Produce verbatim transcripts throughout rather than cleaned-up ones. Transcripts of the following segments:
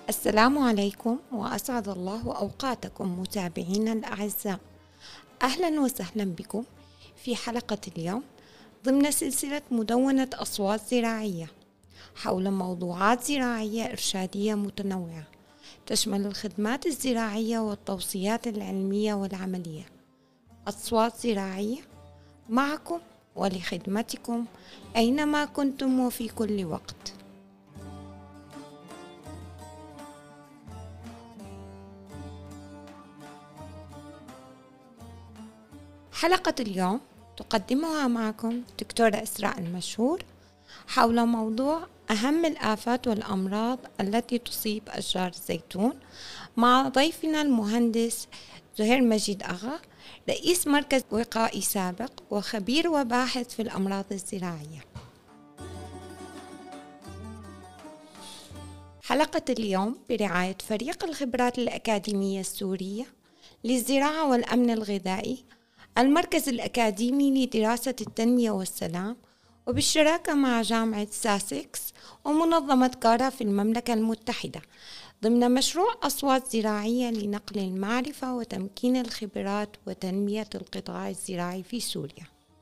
السلام عليكم وأسعد الله أوقاتكم متابعينا الأعزاء. أهلا وسهلا بكم في حلقة اليوم ضمن سلسلة مدونة أصوات زراعية حول موضوعات زراعية إرشادية متنوعة تشمل الخدمات الزراعية والتوصيات العلمية والعملية. أصوات زراعية معكم ولخدمتكم أينما كنتم وفي كل وقت. حلقة اليوم تقدمها معكم دكتورة إسراء المشهور حول موضوع أهم الآفات والأمراض التي تصيب أشجار الزيتون، مع ضيفنا المهندس زهير مجيد أغا، رئيس مركز وقائي سابق وخبير وباحث في الأمراض الزراعية. حلقة اليوم برعاية فريق الخبرات الأكاديمية السورية للزراعة والأمن الغذائي، المركز الأكاديمي لدراسة التنمية والسلام، وبالشراكة مع جامعة ساسكس ومنظمة كارا في المملكة المتحدة، ضمن مشروع أصوات زراعية لنقل المعرفة وتمكين الخبرات وتنمية القطاع الزراعي في سوريا.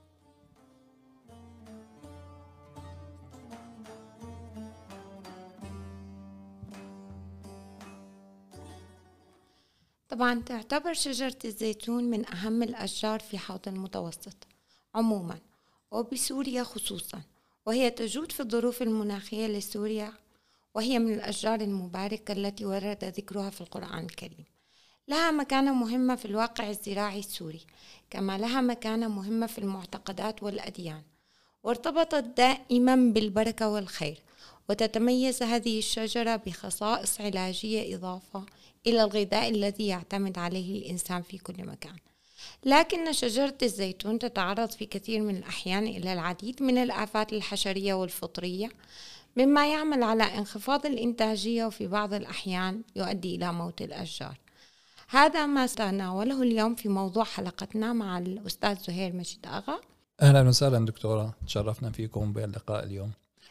طبعا تعتبر شجرة الزيتون من أهم الأشجار في حوض المتوسط عموما وبسوريا خصوصا، وهي تجود في الظروف المناخية لسوريا، وهي من الأشجار المباركة التي ورد ذكرها في القرآن الكريم. لها مكانة مهمة في الواقع الزراعي السوري، كما لها مكانة مهمة في المعتقدات والأديان، وارتبطت دائما بالبركة والخير. وتتميز هذه الشجرة بخصائص علاجية إضافة إلى الغذاء الذي يعتمد عليه الإنسان في كل مكان. لكن شجرة الزيتون تتعرض في كثير من الأحيان إلى العديد من الآفات الحشرية والفطرية، مما يعمل على انخفاض الإنتاجية، وفي بعض الأحيان يؤدي إلى موت الأشجار. هذا ما سنتناوله اليوم في موضوع حلقتنا مع الأستاذ زهير مجيد أغا. أهلا وسهلا دكتورة، تشرفنا فيكم باللقاء اليوم.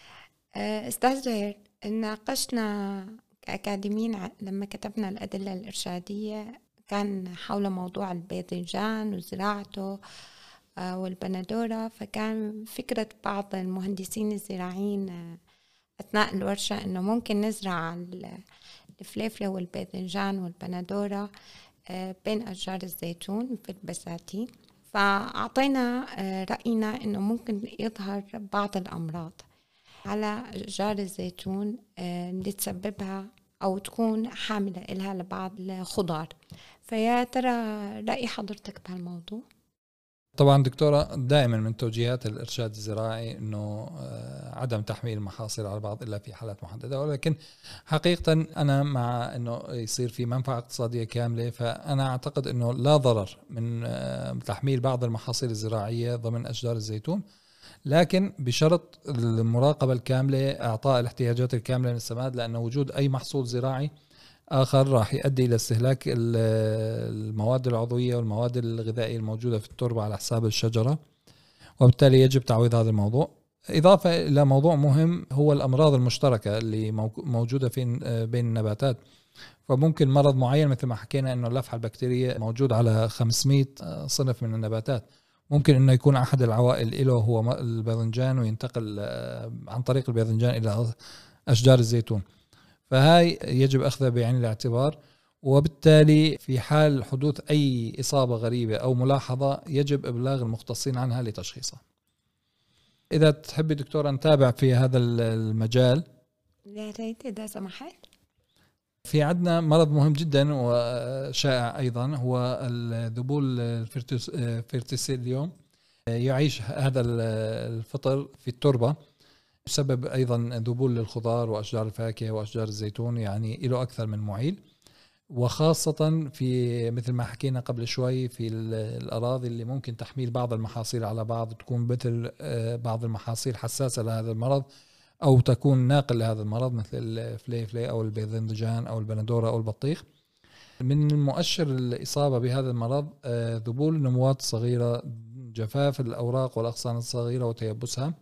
أستاذ زهير، ناقشنا كأكاديميين لما كتبنا الأدلة الإرشادية كان حول موضوع الباذنجان وزراعته والبندورة، فكان فكرة بعض المهندسين الزراعيين أثناء الورشة أنه ممكن نزرع الفليفلة والباذنجان والبندورة بين أشجار الزيتون في البساتين، فأعطينا رأينا أنه ممكن يظهر بعض الأمراض على أشجار الزيتون اللي تسببها أو تكون حاملة إلها لبعض الخضار. فيا ترى رأي حضرتك بهالموضوع؟ طبعا دكتورة، دائما من توجيهات الإرشاد الزراعي أنه عدم تحميل المحاصيل على بعض إلا في حالات محددة، ولكن حقيقة أنا مع أنه يصير في منفعة اقتصادية كاملة، فأنا أعتقد أنه لا ضرر من تحميل بعض المحاصيل الزراعية ضمن أشجار الزيتون، لكن بشرط المراقبة الكاملة، إعطاء الاحتياجات الكاملة من السماد، لأن وجود أي محصول زراعي آخر راح يؤدي إلى استهلاك المواد العضوية والمواد الغذائية الموجودة في التربة على حساب الشجرة، وبالتالي يجب تعويض هذا الموضوع. إضافة إلى موضوع مهم هو الأمراض المشتركة اللي موجودة في بين النباتات. فممكن مرض معين مثل ما حكينا إنه اللفحة البكتيرية موجود على خمسمائة صنف من النباتات، ممكن إنه يكون أحد العوائل له هو الباذنجان وينتقل عن طريق الباذنجان إلى أشجار الزيتون، فهاي يجب أخذها بعين الاعتبار. وبالتالي في حال حدوث أي إصابة غريبة أو ملاحظة يجب إبلاغ المختصين عنها لتشخيصها. إذا تحبي دكتورة نتابع في هذا المجال، يا ريت إذا سمحت. في عندنا مرض مهم جدا وشائع أيضا، هو الذبول الفيرتيسيليوم. يعيش هذا الفطر في التربة، يسبب أيضا ذبول للخضار وأشجار الفاكهة وأشجار الزيتون، يعني له أكثر من معيل، وخاصة في مثل ما حكينا قبل شوي في الأراضي اللي ممكن تحميل بعض المحاصيل على بعض، تكون مثل بعض المحاصيل حساسة لهذا المرض أو تكون ناقل لهذا المرض مثل الفليفلي أو الباذنجان أو البندورة أو البطيخ. من المؤشر الإصابة بهذا المرض ذبول نموات صغيرة، جفاف الأوراق والأغصان الصغيرة وتيبسها،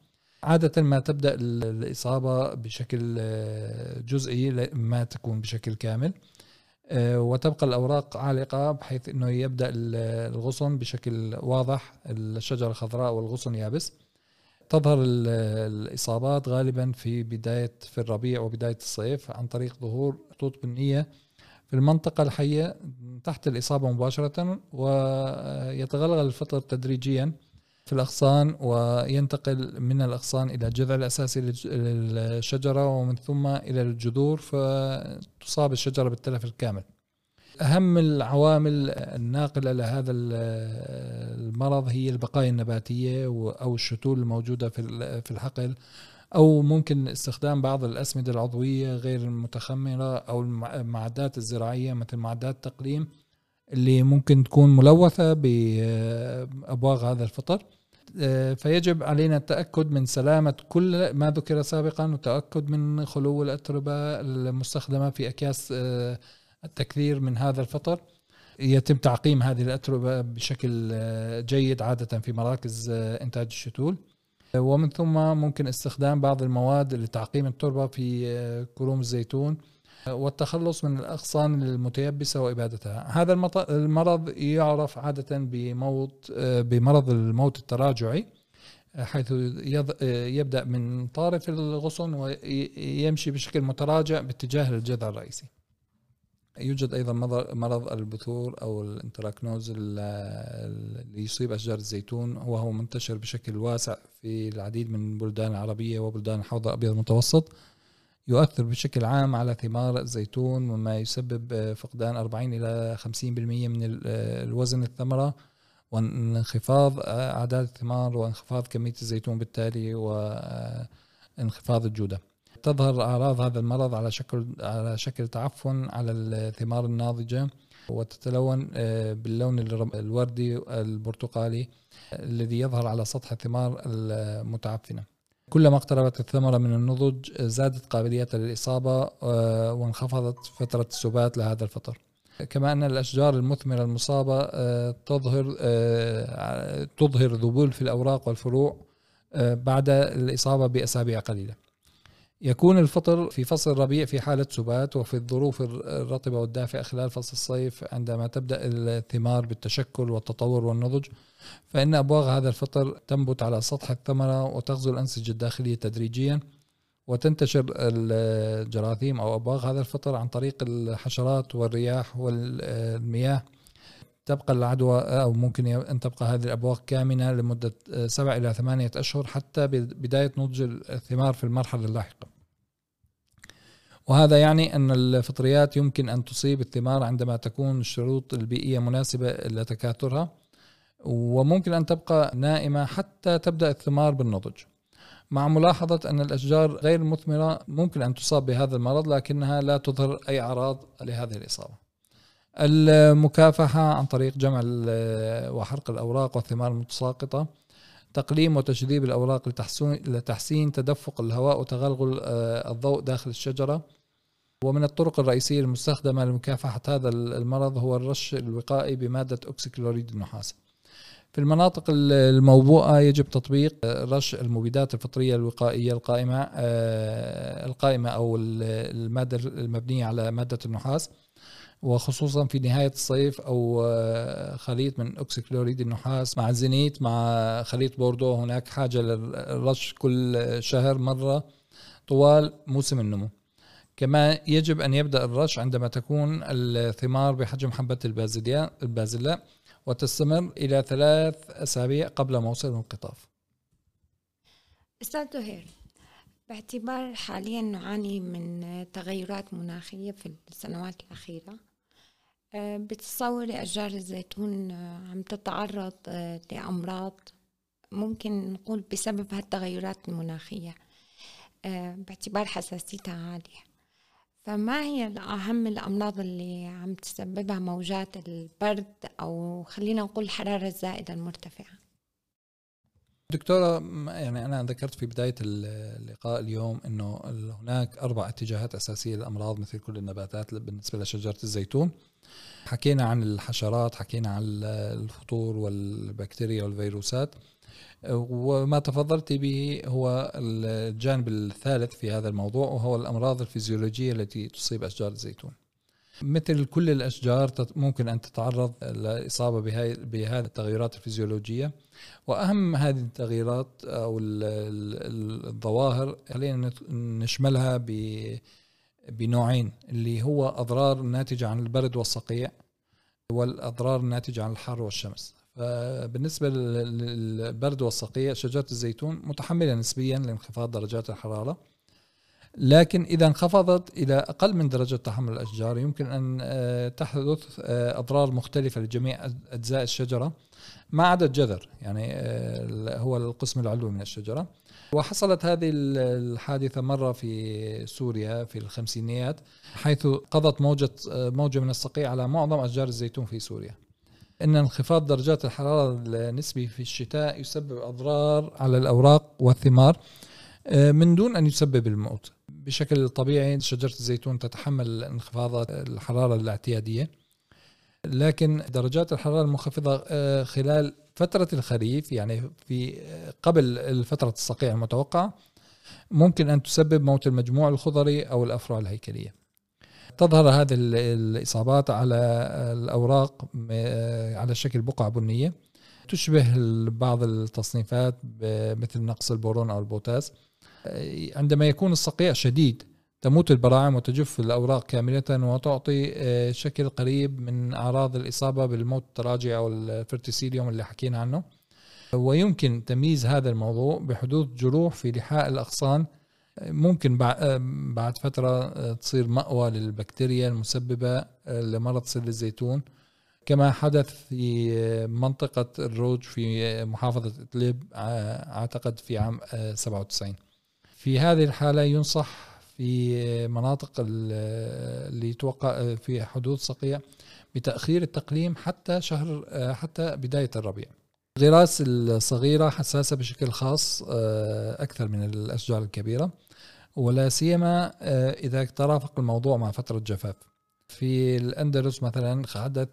عادة ما تبدأ الإصابة بشكل جزئي ما تكون بشكل كامل، وتبقى الأوراق عالقة بحيث أنه يبدأ الغصن بشكل واضح، الشجرة خضراء والغصن يابس. تظهر الإصابات غالبا في بداية في الربيع وبداية الصيف عن طريق ظهور خطوط بنية في المنطقة الحية تحت الإصابة مباشرة، ويتغلغل الفطر تدريجيا في الأغصان وينتقل من الأغصان إلى الجذع الأساسي للشجرة ومن ثم إلى الجذور، فتصاب الشجرة بالتلف الكامل. أهم العوامل الناقلة لهذا المرض هي البقايا النباتية أو الشتول الموجودة في الحقل، أو ممكن استخدام بعض الأسمدة العضوية غير المتخمرة أو المعدات الزراعية مثل معدات التقليم اللي ممكن تكون ملوثة بأبواغ هذا الفطر. فيجب علينا التأكد من سلامة كل ما ذكر سابقا، والتأكد من خلو الأتربة المستخدمة في أكياس التكثير من هذا الفطر. يتم تعقيم هذه الأتربة بشكل جيد عادة في مراكز إنتاج الشتول، ومن ثم ممكن استخدام بعض المواد لتعقيم التربة في كروم الزيتون والتخلص من الأغصان المتيبسة وإبادتها. هذا المرض يعرف عادة بموت بمرض الموت التراجعي، حيث يبدأ من طارف الغصن ويمشي بشكل متراجع باتجاه الجذع الرئيسي. يوجد أيضا مرض البثور أو الانتراكنوز اللي يصيب أشجار الزيتون، وهو منتشر بشكل واسع في العديد من البلدان العربية وبلدان الحوض الأبيض المتوسط. يؤثر بشكل عام على ثمار الزيتون، وما يسبب فقدان أربعين إلى خمسين بالمئة من الوزن الثمرة، وانخفاض أعداد الثمار، وانخفاض كمية الزيتون بالتالي، وانخفاض الجودة. تظهر أعراض هذا المرض على شكل على شكل تعفن على الثمار الناضجة، وتتلون باللون الوردي البرتقالي الذي يظهر على سطح الثمار المتعفنة. كلما اقتربت الثمرة من النضج زادت قابليتها للإصابة وانخفضت فترة السبات لهذا الفطر. كما أن الأشجار المثمرة المصابة تظهر تظهر ذبول في الأوراق والفروع بعد الإصابة بأسابيع قليلة. يكون الفطر في فصل الربيع في حالة سبات، وفي الظروف الرطبة والدافئة خلال فصل الصيف عندما تبدأ الثمار بالتشكل والتطور والنضج، فإن أبواغ هذا الفطر تنبت على سطح الثمرة وتغزو الأنسجة الداخلية تدريجيا، وتنتشر الجراثيم أو أبواغ هذا الفطر عن طريق الحشرات والرياح والمياه. تبقى العدوى أو ممكن أن تبقى هذه الأبواغ كامنة لمدة سبع إلى ثمانية أشهر حتى بداية نضج الثمار في المرحلة اللاحقة. وهذا يعني أن الفطريات يمكن أن تصيب الثمار عندما تكون الشروط البيئية مناسبة لتكاثرها، وممكن أن تبقى نائمة حتى تبدأ الثمار بالنضج، مع ملاحظة أن الأشجار غير المثمرة ممكن أن تصاب بهذا المرض لكنها لا تظهر أي أعراض لهذه الإصابة. المكافحة عن طريق جمع وحرق الأوراق والثمار المتساقطة، تقليم وتشذيب الأوراق لتحسين تدفق الهواء وتغلغل الضوء داخل الشجرة. ومن الطرق الرئيسية المستخدمة لمكافحة هذا المرض هو الرش الوقائي بمادة أكسكلوريد النحاس. في المناطق الموبوءة يجب تطبيق رش المبيدات الفطرية الوقائية القائمة القائمة أو المادة المبنية على مادة النحاس، وخصوصا في نهاية الصيف، أو خليط من أكسكلوريد النحاس مع زنيت مع خليط بوردو. هناك حاجة للرش كل شهر مرة طوال موسم النمو. كما يجب أن يبدأ الرش عندما تكون الثمار بحجم حبة البازلاء وتستمر إلى ثلاث أسابيع قبل موسم القطاف. أستاذ زهير، باعتبار حاليا نعاني من تغيرات مناخية في السنوات الأخيرة، بتصوري أشجار الزيتون عم تتعرض لأمراض ممكن نقول بسبب هالتغيرات المناخية باعتبار حساسيتها عالية، فما هي أهم الأمراض اللي عم تسببها موجات البرد أو خلينا نقول الحرارة الزائدة المرتفعة؟ دكتورة، يعني أنا ذكرت في بداية اللقاء اليوم أنه هناك أربع اتجاهات أساسية للأمراض مثل كل النباتات بالنسبة لشجرة الزيتون. حكينا عن الحشرات، حكينا عن الفطور والبكتيريا والفيروسات. وما تفضلت به هو الجانب الثالث في هذا الموضوع، وهو الأمراض الفيزيولوجية التي تصيب أشجار الزيتون. مثل كل الأشجار ممكن أن تتعرض للإصابة بهذه التغيرات الفيزيولوجية، وأهم هذه التغييرات أو الظواهر خلينا نشملها بنوعين، اللي هو أضرار ناتجة عن البرد والصقيع والأضرار الناتجة عن الحر والشمس. فبالنسبة للبرد والصقيع شجرة الزيتون متحملة نسبيا لانخفاض درجات الحرارة، لكن إذا انخفضت إلى أقل من درجة تحمل الأشجار يمكن أن تحدث أضرار مختلفة لجميع أجزاء الشجرة ما عدا الجذر، يعني هو القسم العلوي من الشجرة. وحصلت هذه الحادثة مرة في سوريا في الخمسينيات، حيث قضت موجة موجة من الصقيع على معظم أشجار الزيتون في سوريا. إن انخفاض درجات الحرارة النسبي في الشتاء يسبب أضرار على الأوراق والثمار من دون أن يسبب الموت. بشكل طبيعي شجرة الزيتون تتحمل انخفاضات الحرارة الاعتيادية، لكن درجات الحرارة المنخفضة خلال فترة الخريف، يعني في قبل الفترة الصقيع المتوقعة، ممكن أن تسبب موت المجموع الخضري أو الأفرع الهيكلية. تظهر هذه الإصابات على الأوراق على شكل بقع بنية تشبه بعض التصنيفات مثل نقص البورون أو البوتاس. عندما يكون الصقيع شديد تموت البراعم وتجف الأوراق كاملة، وتعطي شكل قريب من أعراض الإصابة بالموت التراجعي أو الفرتسيليوم اللي حكينا عنه. ويمكن تمييز هذا الموضوع بحدوث جروح في لحاء الأغصان، ممكن بعد فترة تصير مأوى للبكتيريا المسببة لمرض سل الزيتون، كما حدث في منطقة الروج في محافظة إدلب أعتقد في عام سبعة وتسعين. في هذه الحالة ينصح في مناطق اللي يتوقع في حدوث صقيع بتأخير التقليم حتى شهر حتى بداية الربيع. الغراس الصغيرة حساسة بشكل خاص أكثر من الأشجار الكبيرة، ولا سيما إذا ترافق الموضوع مع فترة جفاف. في الأندلس مثلا حدث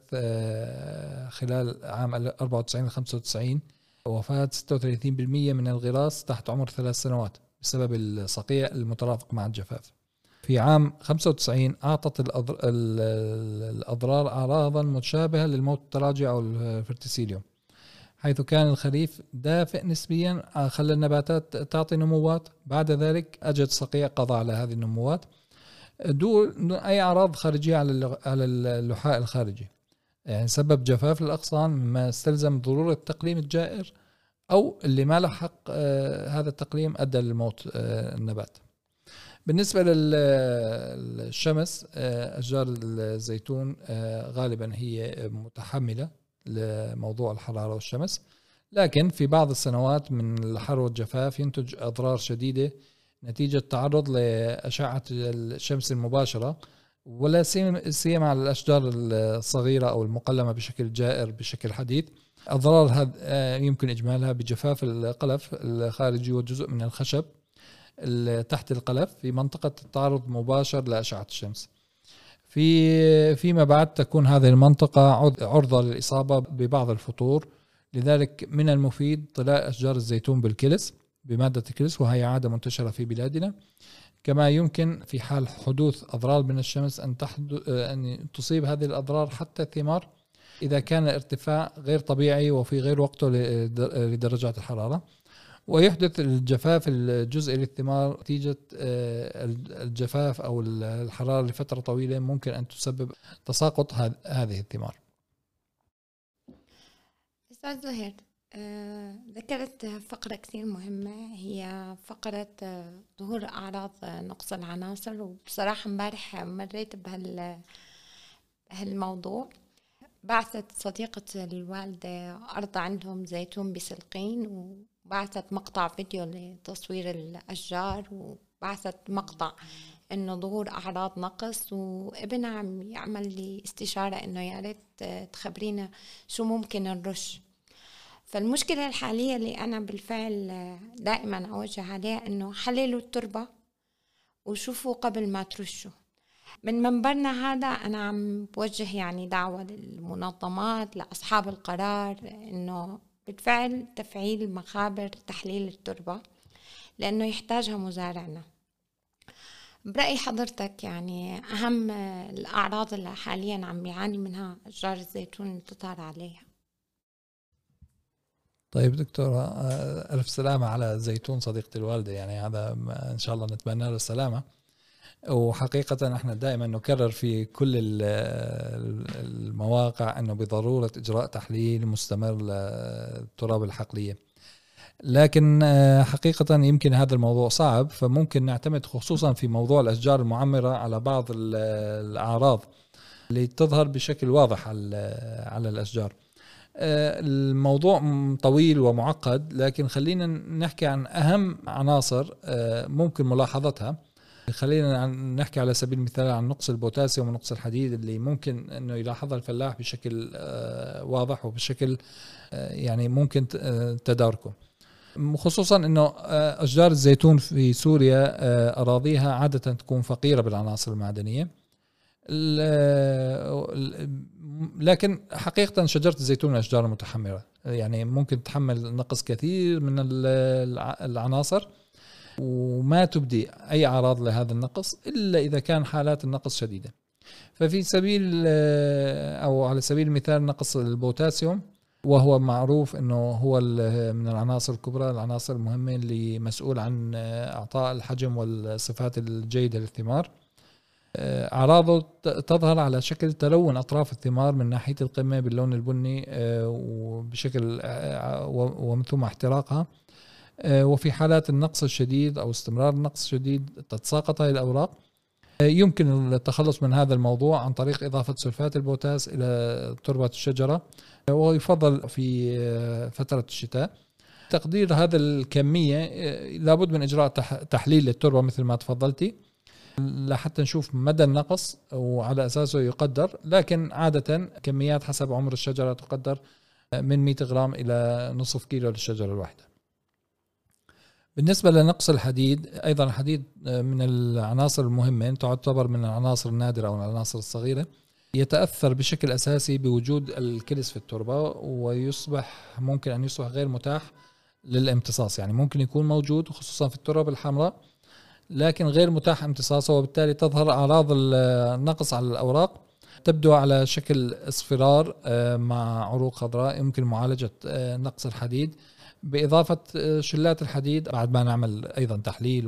خلال عام أربعة وتسعين إلى خمسة وتسعين وفاة ستة وثلاثين بالمئة من الغراس تحت عمر ثلاث سنوات بسبب الصقيع المترافق مع الجفاف. في عام خمسة وتسعين أعطت الأضرار أعراضا مشابهة للموت التراجعي أو الفرتسيليوم، حيث كان الخريف دافئ نسبيا خلى النباتات تعطي نموات، بعد ذلك أجد صقيع قضى على هذه النموات دون أي أعراض خارجية على اللحاء الخارجي، يعني سبب جفاف الأغصان ما استلزم ضرورة التقليم الجائر، أو اللي ما لحق هذا التقليم أدى للموت النبات. بالنسبة للشمس، أشجار الزيتون غالبا هي متحملة لموضوع الحرارة والشمس، لكن في بعض السنوات من الحر والجفاف ينتج أضرار شديدة نتيجة تعرض لأشعة الشمس المباشرة، ولا سيما على الأشجار الصغيرة أو المقلمة بشكل جائر بشكل حديث. أضرار هذا يمكن إجمالها بجفاف القلف الخارجي وجزء من الخشب تحت القلف في منطقة التعرض مباشر لأشعة الشمس. في فيما بعد تكون هذه المنطقة عرضة للإصابة ببعض الفطور، لذلك من المفيد طلاء أشجار الزيتون بالكلس بمادة الكلس، وهي عادة منتشرة في بلادنا. كما يمكن في حال حدوث أضرار من الشمس أن أن تصيب هذه الأضرار حتى الثمار إذا كان الارتفاع غير طبيعي وفي غير وقته لدرجات الحرارة، ويحدث الجفاف الجزئي للثمار نتيجة الجفاف أو الحرارة لفترة طويلة، ممكن أن تسبب تساقط هذه الثمار. أستاذ زهير، ذكرت فقرة كثير مهمة، هي فقرة ظهور أعراض نقص العناصر، وبصراحة امبارح مريت بهال بهالموضوع. بعثت صديقة الوالدة أرض عندهم زيتون بسلقين، وبعثت مقطع فيديو لتصوير الأشجار، وبعثت مقطع إنه ظهور أعراض نقص، وابنها عم يعمل لي استشارة إنه يا ريت تخبرينا شو ممكن نرش. فالمشكلة الحالية اللي أنا بالفعل دائما أوجه عليها إنه حللوا التربة وشوفوا قبل ما ترشوا. من منبرنا هذا أنا عم بوجه يعني دعوة للمنظمات، لأصحاب القرار، إنه بالفعل تفعيل مخابر تحليل التربة لأنه يحتاجها مزارعنا. برأي حضرتك يعني أهم الأعراض اللي حاليا عم بيعاني منها أشجار الزيتون اللي تظهر عليها؟ طيب دكتورة، ألف سلامة على الزيتون صديقة الوالدة، يعني هذا إن شاء الله نتمنى له السلامة. وحقيقة احنا دائما نكرر في كل المواقع أنه بضرورة إجراء تحليل مستمر للتراب الحقلية، لكن حقيقة يمكن هذا الموضوع صعب، فممكن نعتمد خصوصا في موضوع الأشجار المعمرة على بعض الأعراض اللي تظهر بشكل واضح على الأشجار. الموضوع طويل ومعقد، لكن خلينا نحكي عن أهم عناصر ممكن ملاحظتها. خلينا نحكي على سبيل المثال عن نقص البوتاسيوم ونقص الحديد اللي ممكن أنه يلاحظها الفلاح بشكل واضح وبشكل يعني ممكن تداركه، خصوصا أنه أشجار الزيتون في سوريا أراضيها عادة تكون فقيرة بالعناصر المعدنية، لكن حقيقة شجرة الزيتون أشجار متحمرة، يعني ممكن تحمل نقص كثير من العناصر وما تبدي أي أعراض لهذا النقص إلا إذا كان حالات النقص شديدة. ففي سبيل أو على سبيل المثال نقص البوتاسيوم، وهو معروف أنه هو من العناصر الكبرى، العناصر المهمة اللي مسؤول عن إعطاء الحجم والصفات الجيدة للثمار. أعراضه تظهر على شكل تلون أطراف الثمار من ناحية القمة باللون البني وبشكل ومن ثم احتراقها، وفي حالات النقص الشديد أو استمرار النقص الشديد تتساقط هذه الأوراق. يمكن التخلص من هذا الموضوع عن طريق إضافة سلفات البوتاس إلى تربة الشجرة، ويفضل في فترة الشتاء. تقدير هذا الكمية لابد من إجراء تحليل للتربة مثل ما تفضلتي لحتى نشوف مدى النقص وعلى أساسه يقدر، لكن عادة كميات حسب عمر الشجرة تقدر من مئة غرام إلى نصف كيلو للشجرة الواحدة. بالنسبة لنقص الحديد، أيضا الحديد من العناصر المهمة، تعتبر من العناصر النادرة أو العناصر الصغيرة، يتأثر بشكل أساسي بوجود الكلس في التربة، ويصبح ممكن أن يصبح غير متاح للامتصاص، يعني ممكن يكون موجود خصوصا في التراب الحمراء لكن غير متاح امتصاصه، وبالتالي تظهر أعراض النقص على الأوراق، تبدو على شكل اصفرار مع عروق خضراء. يمكن معالجة نقص الحديد بإضافة شلات الحديد بعد ما نعمل أيضا تحليل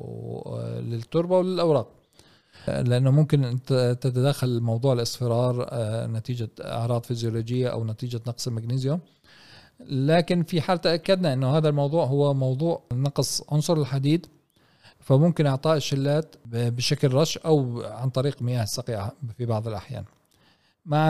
للتربة وللأوراق، لأنه ممكن تتدخل موضوع الاصفرار نتيجة أعراض فيزيولوجية أو نتيجة نقص المغنيسيوم. لكن في حال تأكدنا أنه هذا الموضوع هو موضوع نقص عنصر الحديد، فممكن إعطاء الشلات بشكل رش أو عن طريق مياه السقي في بعض الأحيان. مع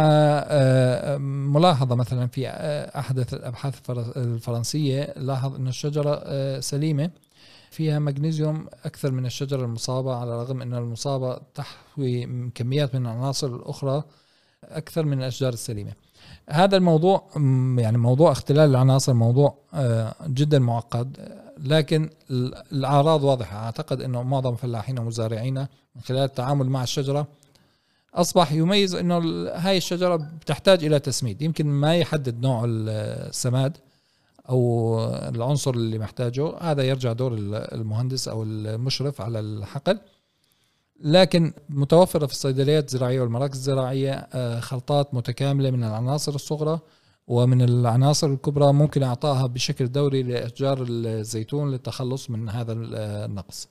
ملاحظة مثلا في أحدث الأبحاث الفرنسية لاحظ أن الشجرة سليمة فيها مغنيسيوم أكثر من الشجرة المصابة، على الرغم أن المصابة تحوي كميات من العناصر الأخرى أكثر من الأشجار السليمة. هذا الموضوع يعني موضوع اختلال العناصر موضوع جدا معقد، لكن الأعراض واضحة. أعتقد أنه معظم الفلاحين ومزارعين من خلال التعامل مع الشجرة أصبح يميز أنه هاي الشجرة بتحتاج إلى تسميد، يمكن ما يحدد نوع السماد أو العنصر اللي محتاجه، هذا يرجع دور المهندس أو المشرف على الحقل، لكن متوفرة في الصيدليات الزراعية والمراكز الزراعية خلطات متكاملة من العناصر الصغرى ومن العناصر الكبرى، ممكن إعطائها بشكل دوري لأشجار الزيتون للتخلص من هذا النقص.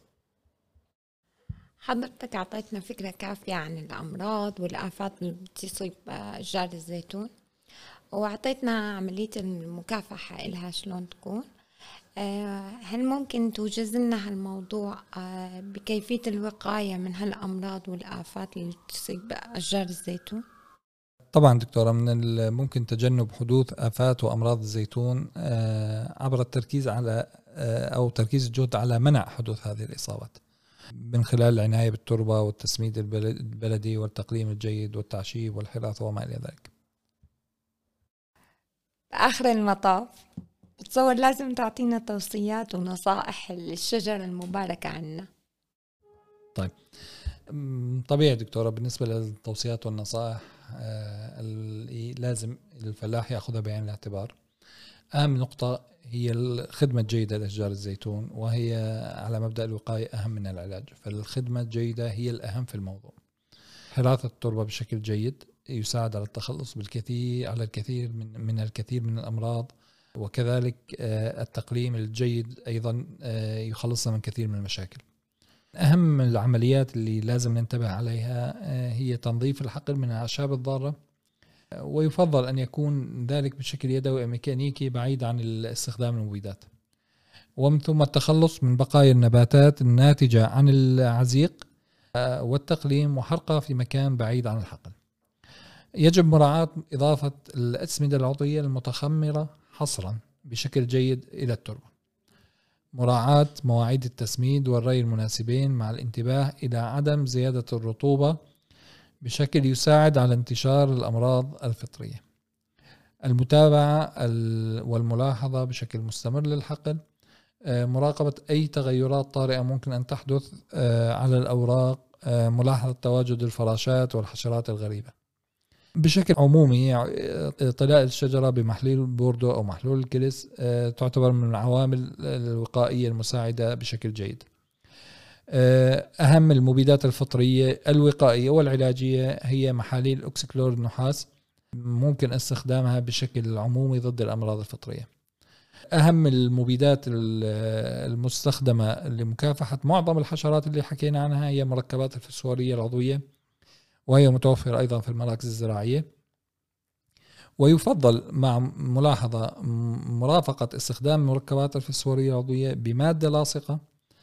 حضرتك أعطيتنا فكرة كافية عن الأمراض والآفات اللي بتصيب أشجار الزيتون، وأعطيتنا عملية المكافحة إلها شلون تكون. هل ممكن توجز لنا هالموضوع بكيفية الوقاية من هالأمراض والآفات اللي تصيب أشجار الزيتون؟ طبعا دكتورة، من الممكن تجنب حدوث آفات وأمراض الزيتون عبر التركيز على أو تركيز الجهد على منع حدوث هذه الإصابات من خلال العناية بالتربة والتسميد البلدي والتقليم الجيد والتعشيب والحراث وما إلى ذلك. آخر المطاف بتصور لازم تعطينا توصيات ونصائح للشجرة المباركة عنا. طيب طبيعي دكتورة، بالنسبة للتوصيات والنصائح لازم الفلاح يأخذها بعين الاعتبار. أهم نقطة هي الخدمة الجيدة لأشجار الزيتون، وهي على مبدأ الوقاية أهم من العلاج. فالخدمة الجيدة هي الأهم في الموضوع. حراثة التربة بشكل جيد يساعد على التخلص بالكثير على الكثير من من الكثير من الأمراض، وكذلك التقليم الجيد أيضا يخلصنا من كثير من المشاكل. أهم العمليات اللي لازم ننتبه عليها هي تنظيف الحقل من الأعشاب الضارة، ويفضل أن يكون ذلك بشكل يدوي أو ميكانيكي بعيد عن استخدام المبيدات، ومن ثم التخلص من بقايا النباتات الناتجة عن العزيق والتقليم وحرقها في مكان بعيد عن الحقل. يجب مراعاة إضافة الأسمدة العضوية المتخمرة حصرا بشكل جيد إلى التربة، مراعاة مواعيد التسميد والري المناسبين، مع الانتباه إلى عدم زيادة الرطوبة بشكل يساعد على انتشار الأمراض الفطرية. المتابعة والملاحظة بشكل مستمر للحقل، مراقبة أي تغيرات طارئة ممكن أن تحدث على الأوراق، ملاحظة تواجد الفراشات والحشرات الغريبة. بشكل عمومي طلاء الشجرة بمحلول بوردو أو محلول الكلس تعتبر من العوامل الوقائية المساعدة بشكل جيد. أهم المبيدات الفطرية الوقائية والعلاجية هي محاليل أوكسيكلور النحاس، ممكن استخدامها بشكل عمومي ضد الأمراض الفطرية. أهم المبيدات المستخدمة لمكافحة معظم الحشرات اللي حكينا عنها هي مركبات الفسفورية العضوية، وهي متوفرة أيضا في المراكز الزراعية. ويفضل مع ملاحظة مرافقة استخدام مركبات الفسفورية العضوية بمادة لاصقة،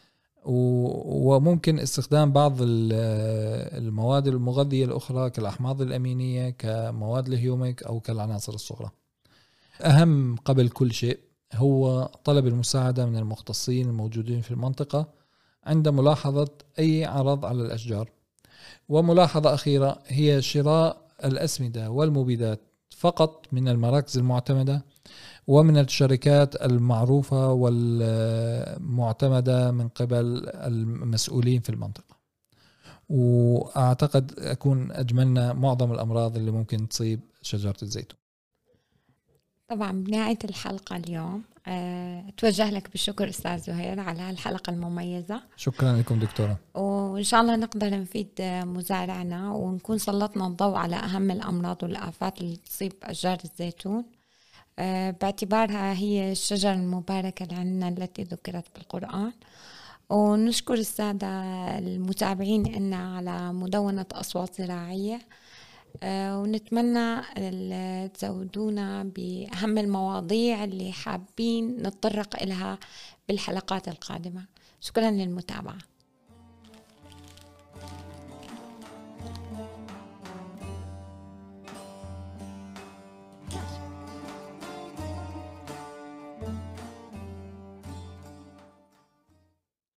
وممكن استخدام بعض المواد المغذية الأخرى كالأحماض الأمينية كمواد الهيوميك أو كالعناصر الصغرى. أهم قبل كل شيء هو طلب المساعدة من المختصين الموجودين في المنطقة عند ملاحظة أي عرض على الأشجار. وملاحظة أخيرة هي شراء الأسمدة والمبيدات فقط من المراكز المعتمدة ومن الشركات المعروفة والمعتمدة من قبل المسؤولين في المنطقة. وأعتقد أكون أجملنا معظم الأمراض اللي ممكن تصيب شجرة الزيتون. طبعا بنهاية الحلقة اليوم أه، أتوجه لك بالشكر أستاذ زهير على الحلقة المميزة. شكرا لكم دكتورة، وإن شاء الله نقدر نفيد مزارعنا ونكون سلطنا الضوء على أهم الأمراض والآفات اللي تصيب أشجار الزيتون، أه، باعتبارها هي الشجرة المباركة لنا التي ذكرت بالقرآن. ونشكر السادة المتابعين إنا على مدونة أصوات زراعية، أه ونتمنى تزودونا بأهم المواضيع اللي حابين نتطرق إلها بالحلقات القادمة. شكرا للمتابعة.